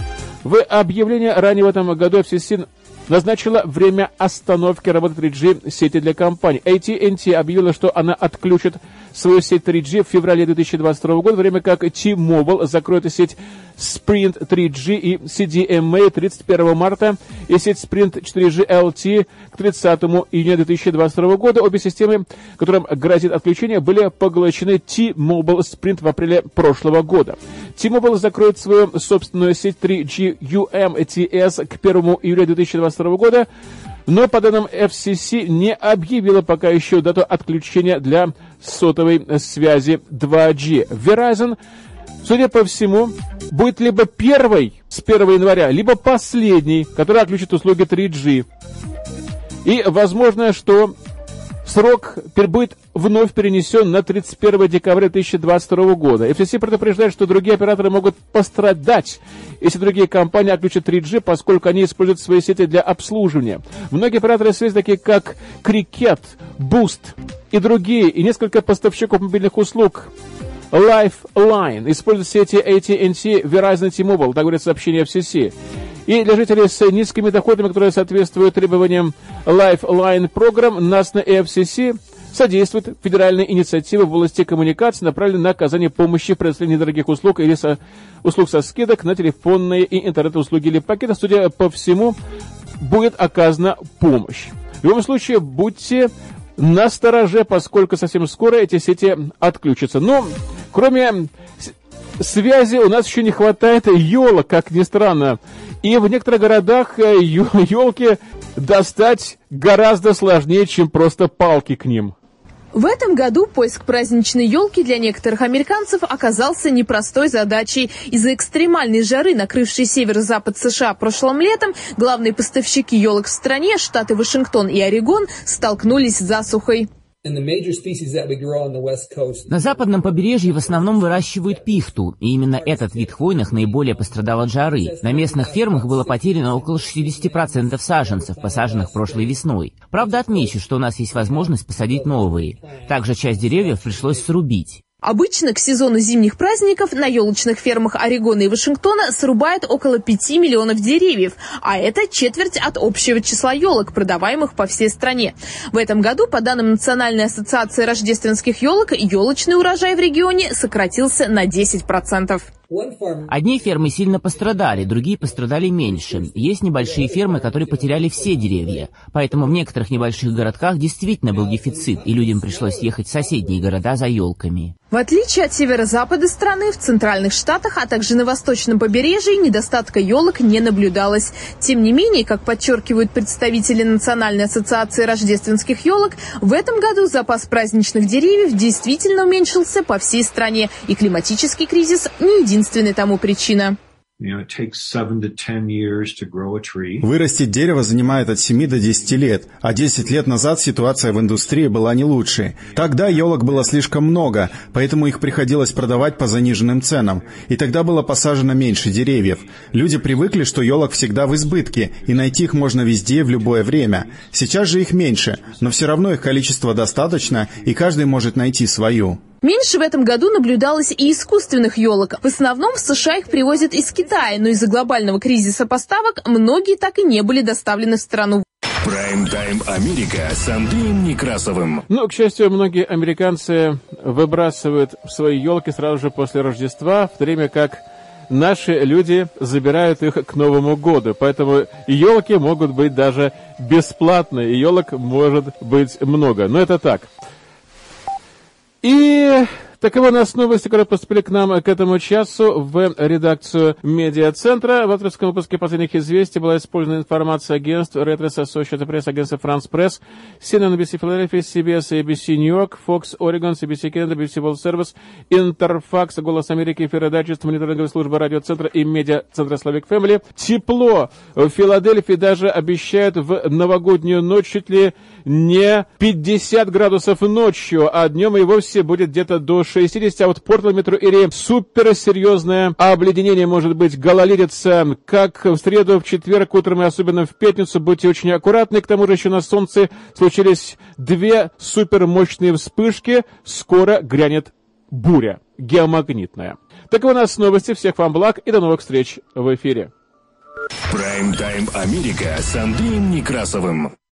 [SPEAKER 2] В объявлении ранее в этом году эф си си назначила время остановки работы три джи сети для компаний. эй ти энд ти объявила, что она отключит свою сеть три джи в феврале две тысячи двадцать второго года, в то время как T-Mobile закроет сеть Sprint три джи и си ди эм эй тридцать первого марта и сеть Sprint четыре джи эл ти к тридцатому июня две тысячи двадцать второго года. Обе системы, которым грозит отключение, были поглощены T-Mobile Sprint в апреле прошлого года. T-Mobile закроет свою собственную сеть три джи ю эм ти эс к первому июля две тысячи двадцать второго года, но, по данным эф си си, не объявила пока еще дату отключения для сотовой связи два джи. Verizon, судя по всему, будет либо первой с первого января, либо последней, которая отключит услуги три джи. И возможно, что срок будет вновь перенесен на тридцать первого декабря две тысячи двадцать второго года. эф си си предупреждает, что другие операторы могут пострадать, если другие компании отключат три джи, поскольку они используют свои сети для обслуживания. Многие операторы связи, такие как Cricket, Boost и другие, и несколько поставщиков мобильных услуг Lifeline используют сети эй ти энд ти, Verizon и T-Mobile, так говорит сообщение эф си си. И для жителей с низкими доходами, которые соответствуют требованиям Lifeline программ, НАСН и эф си си содействуют федеральные инициативы в области коммуникаций, направленные на оказание помощи в предоставлении недорогих услуг или со, услуг со скидок на телефонные и интернет-услуги или пакеты. Судя по всему, будет оказана помощь. В любом случае, будьте настороже, поскольку совсем скоро эти сети отключатся. Но, кроме связи, у нас еще не хватает елок, как ни странно. И в некоторых городах елки достать гораздо сложнее, чем просто палки к ним.
[SPEAKER 3] В этом году поиск праздничной елки для некоторых американцев оказался непростой задачей. Из-за экстремальной жары, накрывшей северо-запад США прошлым летом, главные поставщики елок в стране, штаты Вашингтон и Орегон, столкнулись с засухой.
[SPEAKER 4] На западном побережье в основном выращивают пихту, и именно этот вид хвойных наиболее пострадал от жары. На местных фермах было потеряно около шестьдесят процентов саженцев, посаженных прошлой весной. Правда, отмечу, что у нас есть возможность посадить новые. Также часть деревьев пришлось срубить.
[SPEAKER 3] Обычно к сезону зимних праздников на елочных фермах Орегона и Вашингтона срубают около пяти миллионов деревьев, а это четверть от общего числа елок, продаваемых по всей стране. В этом году, по данным Национальной ассоциации рождественских елок, елочный урожай в регионе сократился на десять процентов.
[SPEAKER 4] Одни фермы сильно пострадали, другие пострадали меньше. Есть небольшие фермы, которые потеряли все деревья. Поэтому в некоторых небольших городках действительно был дефицит, и людям пришлось ехать в соседние города за елками.
[SPEAKER 3] В отличие от северо-запада страны, в центральных штатах, а также на восточном побережье недостатка елок не наблюдалось. Тем не менее, как подчеркивают представители Национальной ассоциации рождественских елок, в этом году запас праздничных деревьев действительно уменьшился по всей стране, и климатический кризис не единственная тому причина.
[SPEAKER 5] Вырастить дерево занимает от семи до десяти лет, а десять лет назад ситуация в индустрии была не лучшей. Тогда елок было слишком много, поэтому их приходилось продавать по заниженным ценам, и тогда было посажено меньше деревьев. Люди привыкли, что елок всегда в избытке, и найти их можно везде в любое время. Сейчас же их меньше, но все равно их количество достаточно, и каждый может найти свою.
[SPEAKER 3] Меньше в этом году наблюдалось и искусственных елок. В основном в США их привозят из Китая, но из-за глобального кризиса поставок многие так и не были доставлены в страну.
[SPEAKER 1] Прайм-тайм Америка с Андреем Некрасовым.
[SPEAKER 2] Ну, к счастью, многие американцы выбрасывают свои елки сразу же после Рождества, в то время как наши люди забирают их к Новому году. Поэтому елки могут быть даже бесплатные, и елок может быть много. Но это так. И таковы у нас новости, которые поступили к нам к этому часу в редакцию медиацентра. В авторском выпуске последних известий была использована информация агентств Reuters, Associated Press, агентства France Press, си эн эн, эн би си Philadelphia, си би эс, эй би си Нью-Йорк, Fox Oregon, си би си Canada, би би си World Service, Интерфакс, Голос Америки, Эфир Дайджест, мониторинговая служба радиоцентра и медиацентра Slavic Family. Тепло в Филадельфии даже обещают в новогоднюю ночь чуть ли не пятьдесят градусов ночью, а днем и вовсе будет где-то до шестьдесят, а вот в Портленд метро Эри суперсерьезное обледенение может быть, гололедица, как в среду, в четверг, утром и особенно в пятницу. Будьте очень аккуратны, к тому же еще на солнце случились две супермощные вспышки, скоро грянет буря геомагнитная. Таковы у нас новости, всех вам благ и до новых встреч в эфире.
[SPEAKER 1] Прайм-тайм Америка с Андреем Некрасовым.